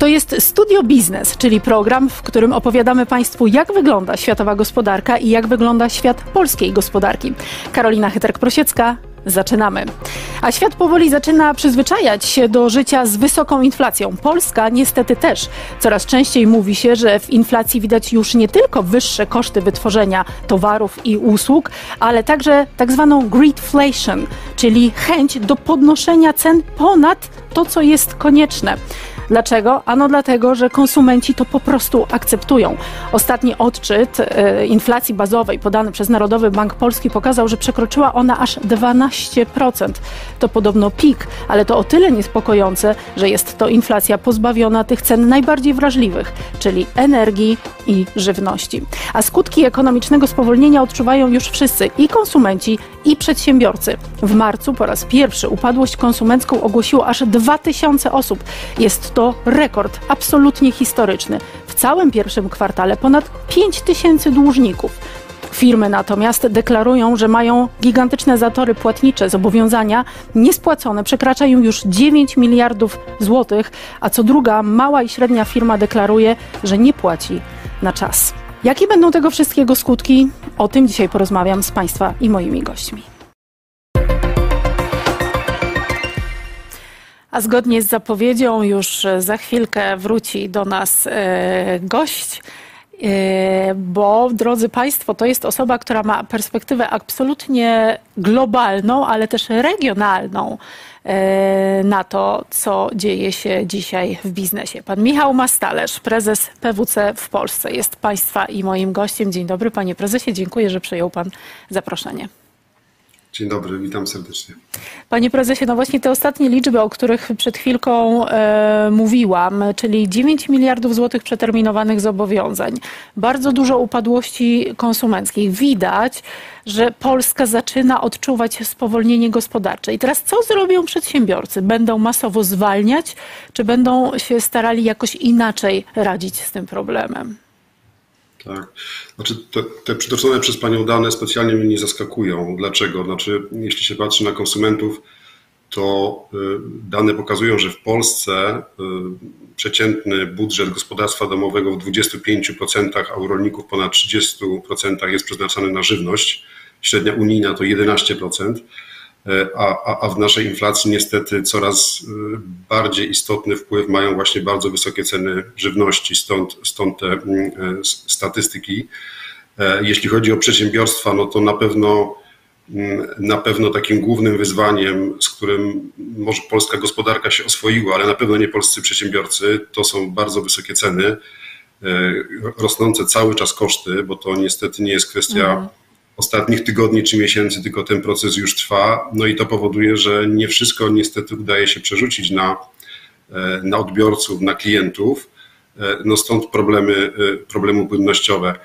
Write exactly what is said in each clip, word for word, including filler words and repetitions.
To jest Studio Biznes, czyli program, w którym opowiadamy Państwu, jak wygląda światowa gospodarka i jak wygląda świat polskiej gospodarki. Karolina Chyterk-Prosiecka, zaczynamy. A świat powoli zaczyna przyzwyczajać się do życia z wysoką inflacją. Polska niestety też. Coraz częściej mówi się, że w inflacji widać już nie tylko wyższe koszty wytworzenia towarów i usług, ale także tak zwaną greedflation, czyli chęć do podnoszenia cen ponad to, co jest konieczne. Dlaczego? Ano dlatego, że konsumenci to po prostu akceptują. Ostatni odczyt e, inflacji bazowej podany przez Narodowy Bank Polski pokazał, że przekroczyła ona aż dwanaście procent. To podobno pik, ale to o tyle niepokojące, że jest to inflacja pozbawiona tych cen najbardziej wrażliwych, czyli energii i żywności. A skutki ekonomicznego spowolnienia odczuwają już wszyscy, i konsumenci, i przedsiębiorcy. W marcu po raz pierwszy upadłość konsumencką ogłosiło aż dwa tysiące osób. Jest to rekord absolutnie historyczny. W całym pierwszym kwartale ponad pięć tysięcy dłużników. Firmy natomiast deklarują, że mają gigantyczne zatory płatnicze. Zobowiązania niespłacone przekraczają już dziewięć miliardów złotych, a co druga mała i średnia firma deklaruje, że nie płaci na czas. Jakie będą tego wszystkiego skutki? O tym dzisiaj porozmawiam z Państwa i moimi gośćmi. A zgodnie z zapowiedzią już za chwilkę wróci do nas e, gość, e, bo drodzy Państwo, to jest osoba, która ma perspektywę absolutnie globalną, ale też regionalną e, na to, co dzieje się dzisiaj w biznesie. Pan Michał Mastalerz, prezes P W C w Polsce, jest Państwa i moim gościem. Dzień dobry, panie prezesie, dziękuję, że przyjął pan zaproszenie. Dzień dobry, witam serdecznie. Panie prezesie, no właśnie te ostatnie liczby, o których przed chwilką e, mówiłam, czyli dziewięć miliardów złotych przeterminowanych zobowiązań, bardzo dużo upadłości konsumenckich. Widać, że Polska zaczyna odczuwać spowolnienie gospodarcze. I teraz co zrobią przedsiębiorcy? Będą masowo zwalniać, czy będą się starali jakoś inaczej radzić z tym problemem? Tak. Znaczy te, te przytoczone przez Panią dane specjalnie mnie nie zaskakują. Dlaczego? Znaczy, jeśli się patrzy na konsumentów, to y, dane pokazują, że w Polsce y, przeciętny budżet gospodarstwa domowego w dwudziestu pięciu procentach, a u rolników ponad trzydziestu procentach jest przeznaczany na żywność. Średnia unijna to jedenaście procent. A, a w naszej inflacji niestety coraz bardziej istotny wpływ mają właśnie bardzo wysokie ceny żywności, stąd, stąd te statystyki. Jeśli chodzi o przedsiębiorstwa, no to na pewno, na pewno takim głównym wyzwaniem, z którym może polska gospodarka się oswoiła, ale na pewno nie polscy przedsiębiorcy, to są bardzo wysokie ceny, rosnące cały czas koszty, bo to niestety nie jest kwestia mhm. ostatnich tygodni czy miesięcy, tylko ten proces już trwa. No i to powoduje, że nie wszystko niestety udaje się przerzucić na, na odbiorców, na klientów. No stąd problemy, problemy płynnościowe.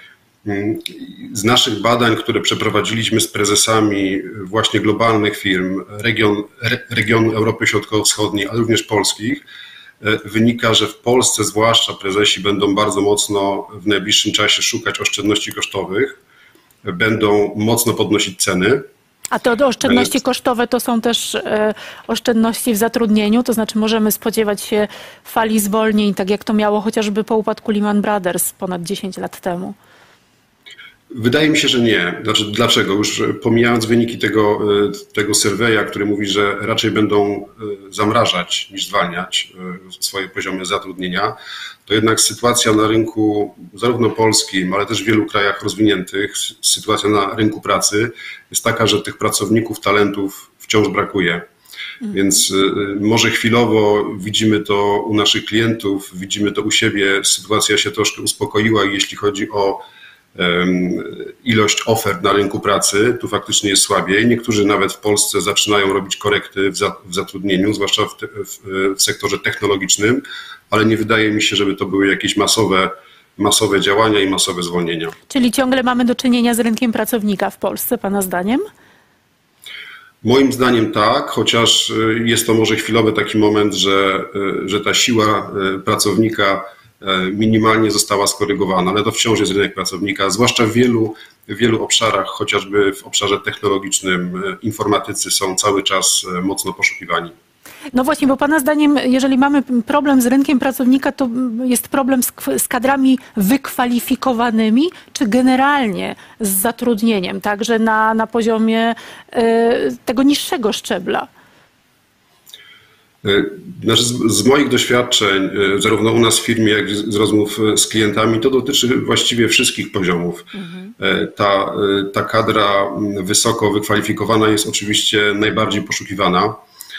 Z naszych badań, które przeprowadziliśmy z prezesami właśnie globalnych firm, region, regionu Europy Środkowo-Wschodniej, ale również polskich, wynika, że w Polsce zwłaszcza prezesi będą bardzo mocno w najbliższym czasie szukać oszczędności kosztowych, będą mocno podnosić ceny. A to oszczędności kosztowe to są też e, oszczędności w zatrudnieniu, to znaczy możemy spodziewać się fali zwolnień, tak jak to miało chociażby po upadku Lehman Brothers ponad dziesięć lat temu. Wydaje mi się, że nie. Znaczy, dlaczego? Już pomijając wyniki tego, tego surveya, który mówi, że raczej będą zamrażać niż zwalniać swoje poziomy zatrudnienia, to jednak sytuacja na rynku zarówno polskim, ale też w wielu krajach rozwiniętych, sytuacja na rynku pracy jest taka, że tych pracowników, talentów wciąż brakuje. Więc może chwilowo widzimy to u naszych klientów, widzimy to u siebie, sytuacja się troszkę uspokoiła i jeśli chodzi o ilość ofert na rynku pracy, tu faktycznie jest słabiej. Niektórzy nawet w Polsce zaczynają robić korekty w zatrudnieniu, zwłaszcza w, te, w, w sektorze technologicznym, ale nie wydaje mi się, żeby to były jakieś masowe, masowe działania i masowe zwolnienia. Czyli ciągle mamy do czynienia z rynkiem pracownika w Polsce, pana zdaniem? Moim zdaniem tak, chociaż jest to może chwilowy taki moment, że, że ta siła pracownika minimalnie została skorygowana, ale to wciąż jest rynek pracownika, zwłaszcza w wielu, w wielu obszarach, chociażby w obszarze technologicznym, informatycy są cały czas mocno poszukiwani. No właśnie, bo Pana zdaniem, jeżeli mamy problem z rynkiem pracownika, to jest problem z, z kadrami wykwalifikowanymi, czy generalnie z zatrudnieniem, także na, na poziomie y, tego niższego szczebla? Znaczy z, z moich doświadczeń, zarówno u nas w firmie, jak i z rozmów z klientami, to dotyczy właściwie wszystkich poziomów. Mhm. Ta, ta kadra wysoko wykwalifikowana jest oczywiście najbardziej poszukiwana,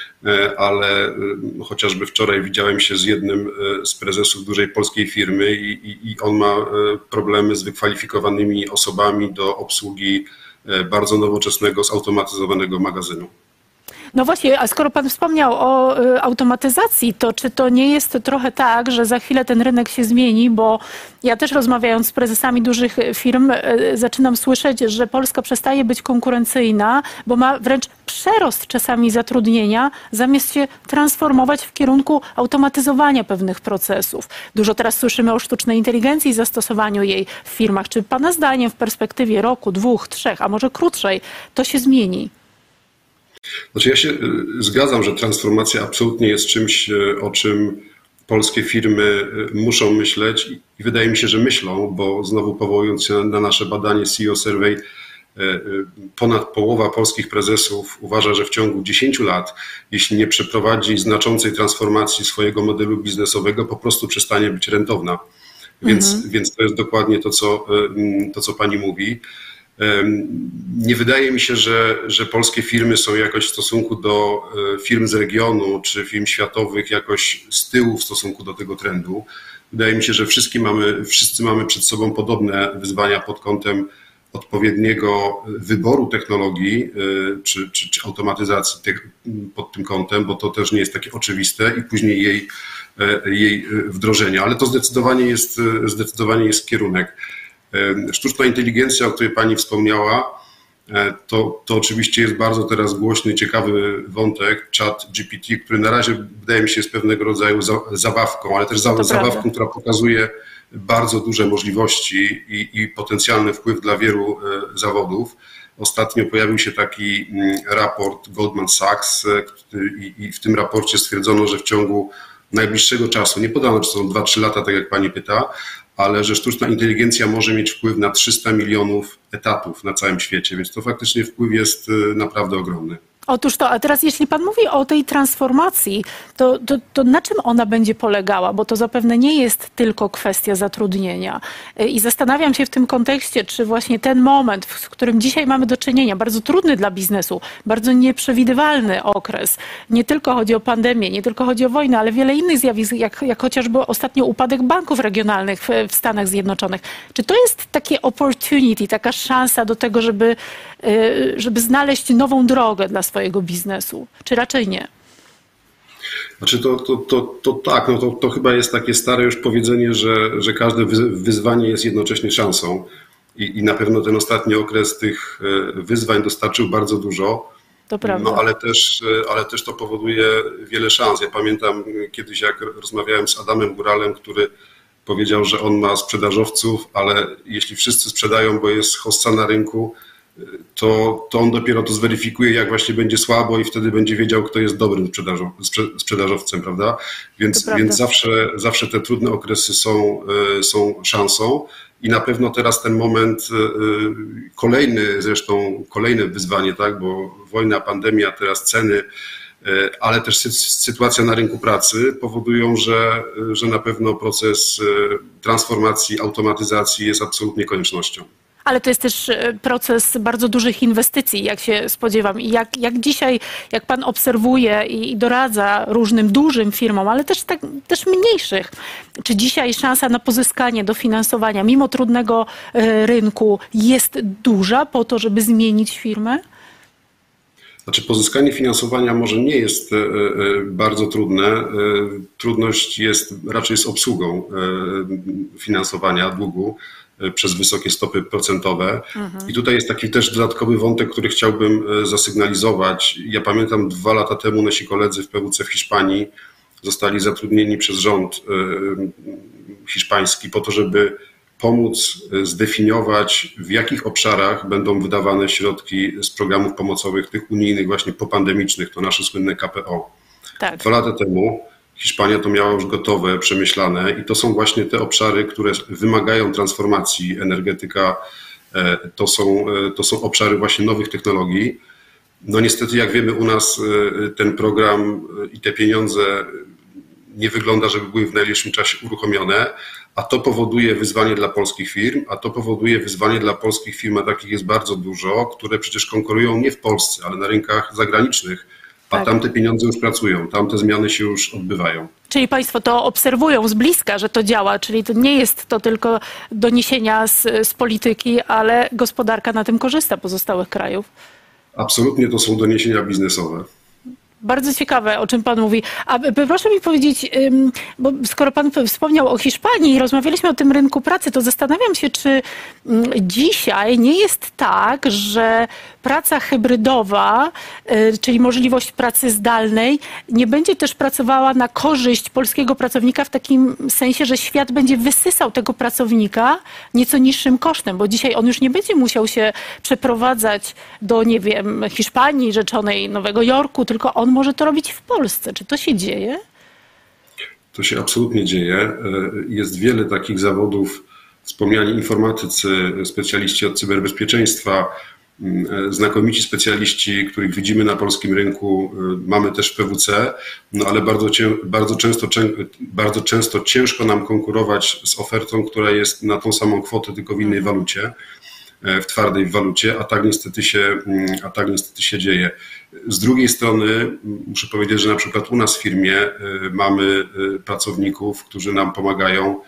ale chociażby wczoraj widziałem się z jednym z prezesów dużej polskiej firmy i, i, i on ma problemy z wykwalifikowanymi osobami do obsługi bardzo nowoczesnego, zautomatyzowanego magazynu. No właśnie, a skoro Pan wspomniał o y, automatyzacji, to czy to nie jest trochę tak, że za chwilę ten rynek się zmieni, bo ja też rozmawiając z prezesami dużych firm y, zaczynam słyszeć, że Polska przestaje być konkurencyjna, bo ma wręcz przerost czasami zatrudnienia, zamiast się transformować w kierunku automatyzowania pewnych procesów. Dużo teraz słyszymy o sztucznej inteligencji i zastosowaniu jej w firmach. Czy Pana zdaniem w perspektywie roku, dwóch, trzech, a może krótszej, to się zmieni? Znaczy ja się zgadzam, że transformacja absolutnie jest czymś, o czym polskie firmy muszą myśleć i wydaje mi się, że myślą, bo znowu powołując się na nasze badanie C E O Survey, ponad połowa polskich prezesów uważa, że w ciągu dziesięciu lat, jeśli nie przeprowadzi znaczącej transformacji swojego modelu biznesowego, po prostu przestanie być rentowna. Więc, mhm. więc to jest dokładnie to co, to, co pani mówi. Nie wydaje mi się, że, że polskie firmy są jakoś w stosunku do firm z regionu czy firm światowych jakoś z tyłu w stosunku do tego trendu. Wydaje mi się, że wszyscy mamy, wszyscy mamy przed sobą podobne wyzwania pod kątem odpowiedniego wyboru technologii czy, czy, czy automatyzacji tych, pod tym kątem, bo to też nie jest takie oczywiste i później jej, jej wdrożenia, ale to zdecydowanie jest, zdecydowanie jest kierunek. Sztuczna inteligencja, o której pani wspomniała, to, to oczywiście jest bardzo teraz głośny, ciekawy wątek, chat G P T, który na razie wydaje mi się jest pewnego rodzaju za, zabawką, ale też za, zabawką, która pokazuje bardzo duże możliwości i, i potencjalny wpływ dla wielu zawodów. Ostatnio pojawił się taki raport Goldman Sachs i, i w tym raporcie stwierdzono, że w ciągu najbliższego czasu, nie podano, czy są dwa trzy lata, tak jak pani pyta, ale że sztuczna inteligencja może mieć wpływ na trzysta milionów etatów na całym świecie, więc to faktycznie wpływ jest naprawdę ogromny. Otóż to, a teraz jeśli Pan mówi o tej transformacji, to, to, to na czym ona będzie polegała? Bo to zapewne nie jest tylko kwestia zatrudnienia. I zastanawiam się w tym kontekście, czy właśnie ten moment, w którym dzisiaj mamy do czynienia, bardzo trudny dla biznesu, bardzo nieprzewidywalny okres, nie tylko chodzi o pandemię, nie tylko chodzi o wojnę, ale wiele innych zjawisk, jak, jak chociażby ostatnio upadek banków regionalnych w, w Stanach Zjednoczonych. Czy to jest takie opportunity, taka szansa do tego, żeby, żeby znaleźć nową drogę dla swojego biznesu, czy raczej nie? Znaczy to, to, to, to tak, no to, to chyba jest takie stare już powiedzenie, że, że każde wyzwanie jest jednocześnie szansą i, i na pewno ten ostatni okres tych wyzwań dostarczył bardzo dużo. To prawda. No ale też, ale też to powoduje wiele szans. Ja pamiętam kiedyś, jak rozmawiałem z Adamem Góralem, który powiedział, że on ma sprzedażowców, ale jeśli wszyscy sprzedają, bo jest hossa na rynku, to, to on dopiero to zweryfikuje, jak właśnie będzie słabo i wtedy będzie wiedział, kto jest dobrym sprzedażow, sprzedażowcem, prawda? Więc, więc zawsze, zawsze te trudne okresy są, są szansą i na pewno teraz ten moment, kolejny zresztą, kolejne wyzwanie, tak? Bo wojna, pandemia, teraz ceny, ale też sytuacja na rynku pracy powodują, że, że na pewno proces transformacji, automatyzacji jest absolutnie koniecznością. Ale to jest też proces bardzo dużych inwestycji, jak się spodziewam. I jak, jak dzisiaj, jak Pan obserwuje i doradza różnym dużym firmom, ale też, tak, też mniejszych, czy dzisiaj szansa na pozyskanie dofinansowania mimo trudnego rynku jest duża po to, żeby zmienić firmę? Znaczy pozyskanie finansowania może nie jest bardzo trudne. Trudność jest raczej z obsługą finansowania długu przez wysokie stopy procentowe. Mhm. I tutaj jest taki też dodatkowy wątek, który chciałbym zasygnalizować. Ja pamiętam dwa lata temu nasi koledzy w P W C w Hiszpanii zostali zatrudnieni przez rząd hiszpański po to, żeby pomóc zdefiniować, w jakich obszarach będą wydawane środki z programów pomocowych, tych unijnych właśnie popandemicznych, to nasze słynne K P O. Tak. Dwa lata temu Hiszpania to miała już gotowe, przemyślane i to są właśnie te obszary, które wymagają transformacji. Energetyka to są, to są obszary właśnie nowych technologii. No niestety, jak wiemy, u nas ten program i te pieniądze nie wygląda, żeby były w najbliższym czasie uruchomione, a to powoduje wyzwanie dla polskich firm, a to powoduje wyzwanie dla polskich firm, a takich jest bardzo dużo, które przecież konkurują nie w Polsce, ale na rynkach zagranicznych, a tak. tam te pieniądze już pracują, tam te zmiany się już odbywają. Czyli Państwo to obserwują z bliska, że to działa, czyli to nie jest to tylko doniesienia z, z polityki, ale gospodarka na tym korzysta pozostałych krajów. Absolutnie to są doniesienia biznesowe. Bardzo ciekawe, o czym Pan mówi. A proszę mi powiedzieć, bo skoro Pan wspomniał o Hiszpanii i rozmawialiśmy o tym rynku pracy, to zastanawiam się, czy dzisiaj nie jest tak, że praca hybrydowa, czyli możliwość pracy zdalnej, nie będzie też pracowała na korzyść polskiego pracownika w takim sensie, że świat będzie wysysał tego pracownika nieco niższym kosztem, bo dzisiaj on już nie będzie musiał się przeprowadzać do, nie wiem, Hiszpanii, Rzeczonej, Nowego Jorku, tylko on może to robić w Polsce. Czy to się dzieje? To się absolutnie dzieje. Jest wiele takich zawodów, wspomniani informatycy, specjaliści od cyberbezpieczeństwa, znakomici specjaliści, których widzimy na polskim rynku. Mamy też P W C, no ale bardzo, bardzo, często, bardzo często ciężko nam konkurować z ofertą, która jest na tą samą kwotę, tylko w innej walucie, w twardej walucie, a tak niestety się, a tak niestety się dzieje. Z drugiej strony muszę powiedzieć, że na przykład u nas w firmie mamy pracowników, którzy nam pomagają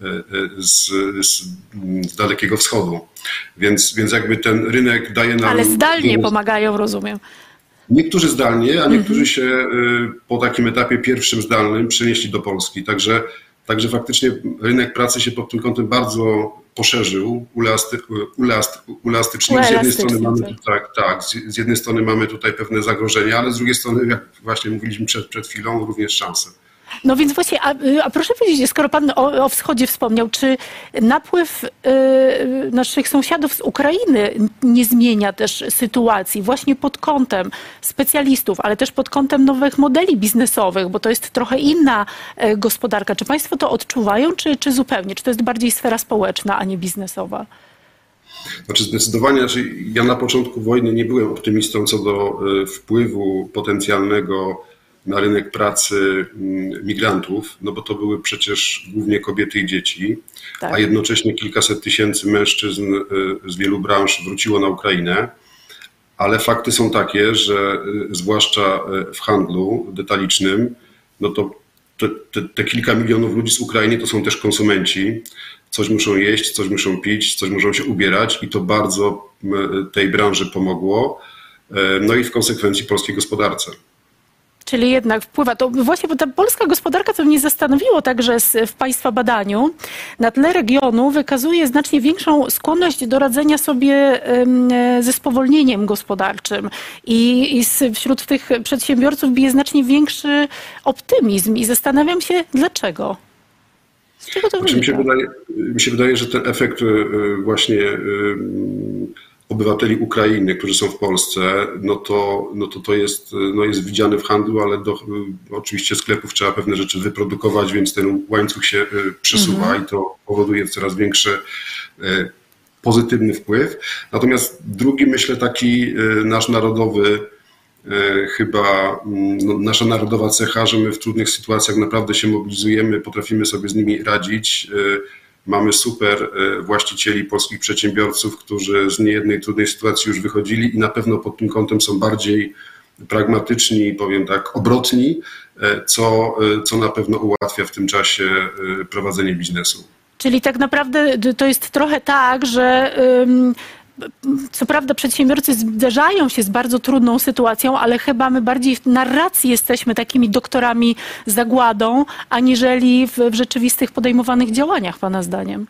z, z, z Dalekiego Wschodu. Więc, więc jakby ten rynek daje nam... Ale zdalnie pomagają, rozumiem. Niektórzy zdalnie, a niektórzy mhm. się po takim etapie pierwszym zdalnym przenieśli do Polski. Także, także faktycznie rynek pracy się pod tym kątem bardzo poszerzył, uelasty, uelasty, uelastycznił. Z jednej strony mamy, tak, tak, z, z jednej strony mamy tutaj pewne zagrożenia, ale z drugiej strony, jak właśnie mówiliśmy przed, przed chwilą, również szanse. No więc właśnie, a, a proszę powiedzieć, skoro Pan o, o wschodzie wspomniał, czy napływ y, naszych sąsiadów z Ukrainy nie zmienia też sytuacji właśnie pod kątem specjalistów, ale też pod kątem nowych modeli biznesowych, bo to jest trochę inna y, gospodarka. Czy Państwo to odczuwają, czy, czy zupełnie? Czy to jest bardziej sfera społeczna, a nie biznesowa? Znaczy zdecydowanie, znaczy ja na początku wojny nie byłem optymistą co do y, wpływu potencjalnego na rynek pracy migrantów, no bo to były przecież głównie kobiety i dzieci, tak. a jednocześnie kilkaset tysięcy mężczyzn z wielu branż wróciło na Ukrainę, ale fakty są takie, że zwłaszcza w handlu detalicznym, no to te, te, te kilka milionów ludzi z Ukrainy to są też konsumenci, coś muszą jeść, coś muszą pić, coś muszą się ubierać i to bardzo tej branży pomogło, no i w konsekwencji polskiej gospodarce. Czyli jednak wpływa. To właśnie, bo ta polska gospodarka, co mnie zastanowiło także w Państwa badaniu, na tle regionu wykazuje znacznie większą skłonność do radzenia sobie ze spowolnieniem gospodarczym i, i wśród tych przedsiębiorców bije znacznie większy optymizm i zastanawiam się, dlaczego. Z czego to znaczy, wynika? Mi się wydaje, mi się wydaje, że ten efekt właśnie obywateli Ukrainy, którzy są w Polsce, no to, no to, to jest, no jest widziane w handlu, ale do, oczywiście sklepów trzeba pewne rzeczy wyprodukować, więc ten łańcuch się przesuwa mhm. i to powoduje coraz większy pozytywny wpływ. Natomiast drugi, myślę, taki nasz narodowy, chyba no, nasza narodowa cecha, że my w trudnych sytuacjach naprawdę się mobilizujemy, potrafimy sobie z nimi radzić. Mamy super właścicieli, polskich przedsiębiorców, którzy z niejednej trudnej sytuacji już wychodzili i na pewno pod tym kątem są bardziej pragmatyczni, powiem tak, obrotni, co, co na pewno ułatwia w tym czasie prowadzenie biznesu. Czyli tak naprawdę to jest trochę tak, że co prawda przedsiębiorcy zderzają się z bardzo trudną sytuacją, ale chyba my bardziej w narracji jesteśmy takimi doktorami zagładą, aniżeli w, w rzeczywistych podejmowanych działaniach, Pana zdaniem.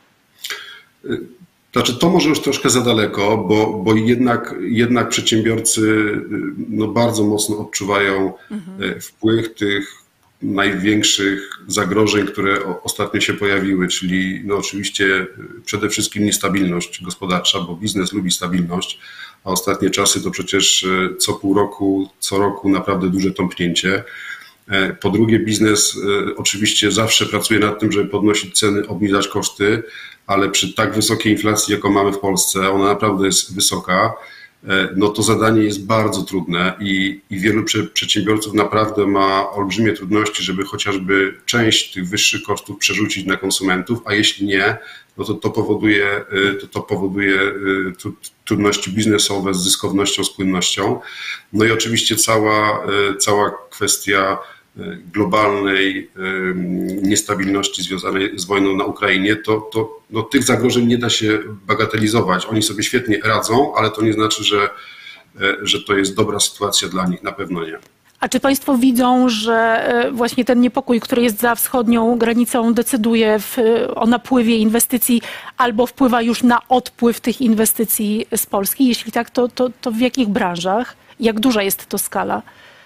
Znaczy to może już troszkę za daleko, bo, bo jednak, jednak przedsiębiorcy no, bardzo mocno odczuwają mhm. wpływ tych największych zagrożeń, które ostatnio się pojawiły, czyli no oczywiście przede wszystkim niestabilność gospodarcza, bo biznes lubi stabilność, a ostatnie czasy to przecież co pół roku, co roku naprawdę duże tąpnięcie. Po drugie, biznes oczywiście zawsze pracuje nad tym, żeby podnosić ceny, obniżać koszty, ale przy tak wysokiej inflacji, jaką mamy w Polsce, ona naprawdę jest wysoka, no to zadanie jest bardzo trudne i, i wielu prze, przedsiębiorców naprawdę ma olbrzymie trudności, żeby chociażby część tych wyższych kosztów przerzucić na konsumentów, a jeśli nie, no to to powoduje, to, to powoduje trudności biznesowe z zyskownością, z płynnością. No i oczywiście cała, cała kwestia globalnej niestabilności związanej z wojną na Ukrainie, to, to no, tych zagrożeń nie da się bagatelizować. Oni sobie świetnie radzą, ale to nie znaczy, że, że to jest dobra sytuacja dla nich. Na pewno nie. A czy państwo widzą, że właśnie ten niepokój, który jest za wschodnią granicą, decyduje w, o napływie inwestycji albo wpływa już na odpływ tych inwestycji z Polski? Jeśli tak, to, to, to w jakich branżach? Jak duża jest to skala?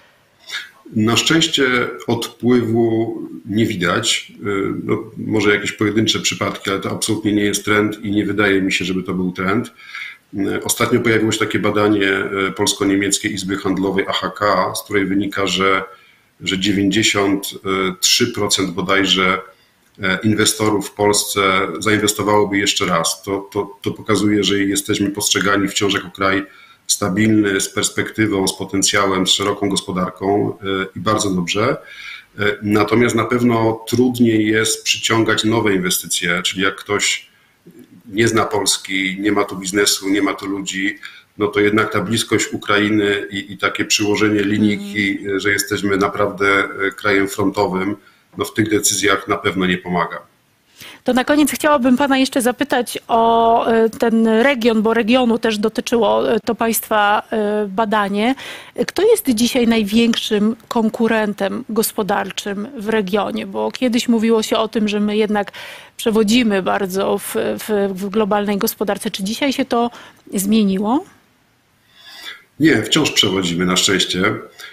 Na szczęście odpływu nie widać. No, może jakieś pojedyncze przypadki, ale to absolutnie nie jest trend i nie wydaje mi się, żeby to był trend. Ostatnio pojawiło się takie badanie Polsko-Niemieckiej Izby Handlowej A H K, z której wynika, że, że dziewięćdziesiąt trzy procent bodajże inwestorów w Polsce zainwestowałoby jeszcze raz. To, to, to pokazuje, że jesteśmy postrzegani wciąż jako kraj stabilny, z perspektywą, z potencjałem, z szeroką gospodarką i bardzo dobrze. Natomiast na pewno trudniej jest przyciągać nowe inwestycje, czyli jak ktoś nie zna Polski, nie ma tu biznesu, nie ma tu ludzi, no to jednak ta bliskość Ukrainy i, i takie przyłożenie linijki, mm. że jesteśmy naprawdę krajem frontowym, no w tych decyzjach na pewno nie pomaga. To na koniec chciałabym pana jeszcze zapytać o ten region, bo regionu też dotyczyło to państwa badanie. Kto jest dzisiaj największym konkurentem gospodarczym w regionie? Bo kiedyś mówiło się o tym, że my jednak przewodzimy bardzo w, w, w globalnej gospodarce. Czy dzisiaj się to zmieniło? Nie, wciąż przewodzimy na szczęście.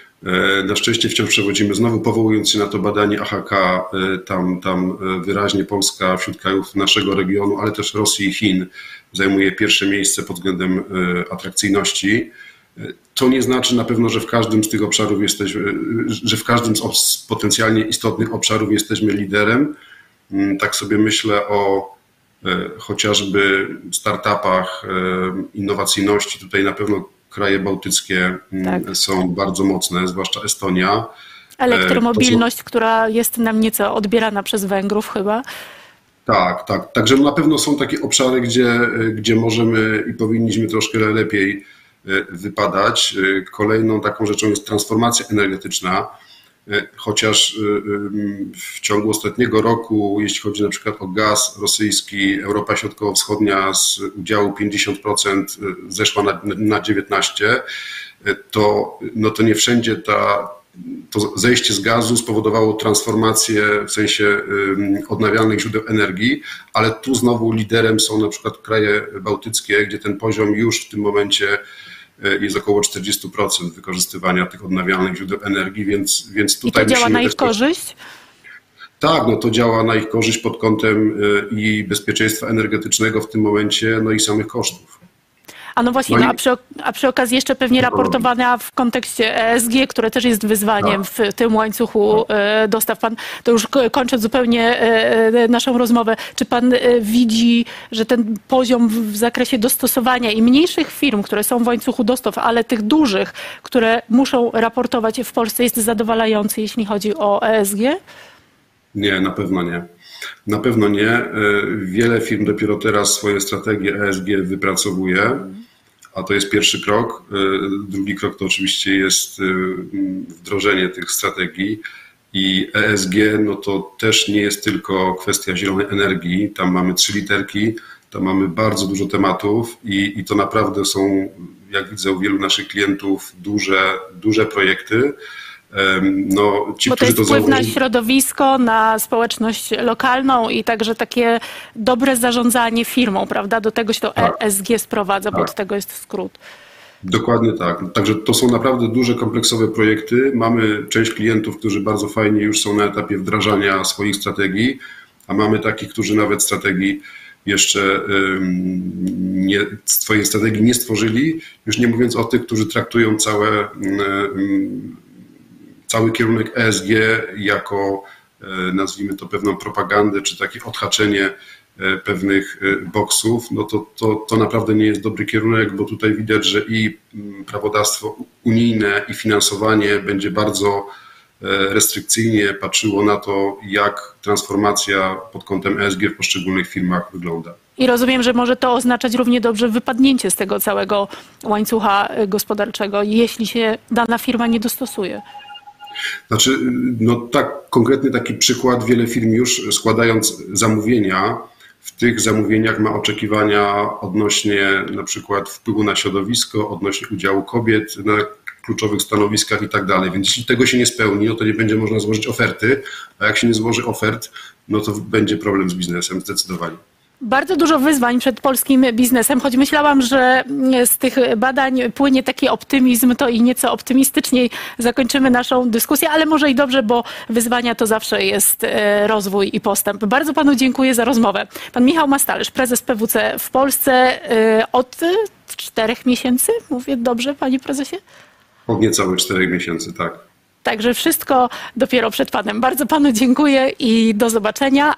Na szczęście wciąż przewodzimy, znowu powołując się na to badanie A H K, tam, tam wyraźnie Polska wśród krajów naszego regionu, ale też Rosji i Chin zajmuje pierwsze miejsce pod względem atrakcyjności. To nie znaczy na pewno, że w każdym z tych obszarów jesteśmy, że w każdym z potencjalnie istotnych obszarów jesteśmy liderem. Tak sobie myślę o chociażby startupach, innowacyjności. Tutaj na pewno kraje bałtyckie tak. są bardzo mocne, zwłaszcza Estonia. Elektromobilność, są... która jest nam nieco odbierana przez Węgrów chyba. Tak, tak. Także na pewno są takie obszary, gdzie, gdzie możemy i powinniśmy troszkę lepiej wypadać. Kolejną taką rzeczą jest transformacja energetyczna. Chociaż w ciągu ostatniego roku, jeśli chodzi na przykład o gaz rosyjski, Europa Środkowo-Wschodnia z udziału pięćdziesiąt procent zeszła na, na dziewiętnaście procent, to, no to nie wszędzie ta, to zejście z gazu spowodowało transformację w sensie odnawialnych źródeł energii, ale tu znowu liderem są na przykład kraje bałtyckie, gdzie ten poziom już w tym momencie jest około czterdzieści procent wykorzystywania tych odnawialnych źródeł energii, więc, więc tutaj... I to działa na ich korzyść? Tak, no to działa na ich korzyść pod kątem i bezpieczeństwa energetycznego w tym momencie, no i samych kosztów. A no właśnie, no no, a, przy, a przy okazji jeszcze pewnie raportowana w kontekście E S G, które też jest wyzwaniem w tym łańcuchu dostaw. Pan, to już kończąc zupełnie naszą rozmowę, czy pan widzi, że ten poziom w zakresie dostosowania i mniejszych firm, które są w łańcuchu dostaw, ale tych dużych, które muszą raportować w Polsce, jest zadowalający, jeśli chodzi o E S G? Nie, na pewno nie. Na pewno nie. Wiele firm dopiero teraz swoje strategie E S G wypracowuje, a to jest pierwszy krok. Drugi krok to oczywiście jest wdrożenie tych strategii i E S G no to też nie jest tylko kwestia zielonej energii. Tam mamy trzy literki, tam mamy bardzo dużo tematów i, i to naprawdę są, jak widzę u wielu naszych klientów, duże, duże projekty. No, ci, Bo to jest to wpływ założą... na środowisko, na społeczność lokalną i także takie dobre zarządzanie firmą, prawda? Do tego się to tak. E S G sprowadza, tak. Bo od tego jest skrót. Dokładnie tak. Także to są naprawdę duże, kompleksowe projekty. Mamy część klientów, którzy bardzo fajnie już są na etapie wdrażania swoich strategii, a mamy takich, którzy nawet strategii jeszcze nie, swojej strategii nie stworzyli, już nie mówiąc o tych, którzy traktują całe cały kierunek E S G jako, nazwijmy to, pewną propagandę, czy takie odhaczenie pewnych boksów, no to, to, to naprawdę nie jest dobry kierunek, bo tutaj widać, że i prawodawstwo unijne, i finansowanie będzie bardzo restrykcyjnie patrzyło na to, jak transformacja pod kątem E S G w poszczególnych firmach wygląda. I rozumiem, że może to oznaczać równie dobrze wypadnięcie z tego całego łańcucha gospodarczego, jeśli się dana firma nie dostosuje. Znaczy, no tak, konkretny taki przykład, wiele firm już składając zamówienia, w tych zamówieniach ma oczekiwania odnośnie na przykład wpływu na środowisko, odnośnie udziału kobiet na kluczowych stanowiskach i tak dalej. Więc jeśli tego się nie spełni, no to nie będzie można złożyć oferty, a jak się nie złoży ofert, no to będzie problem z biznesem zdecydowanie. Bardzo dużo wyzwań przed polskim biznesem, choć myślałam, że z tych badań płynie taki optymizm, to i nieco optymistyczniej zakończymy naszą dyskusję, ale może i dobrze, bo wyzwania to zawsze jest rozwój i postęp. Bardzo panu dziękuję za rozmowę. Pan Michał Mastalerz, prezes P W C w Polsce od czterech miesięcy, mówię dobrze, panie prezesie? Od niecałych czterech miesięcy, tak. Także wszystko dopiero przed panem. Bardzo panu dziękuję i do zobaczenia.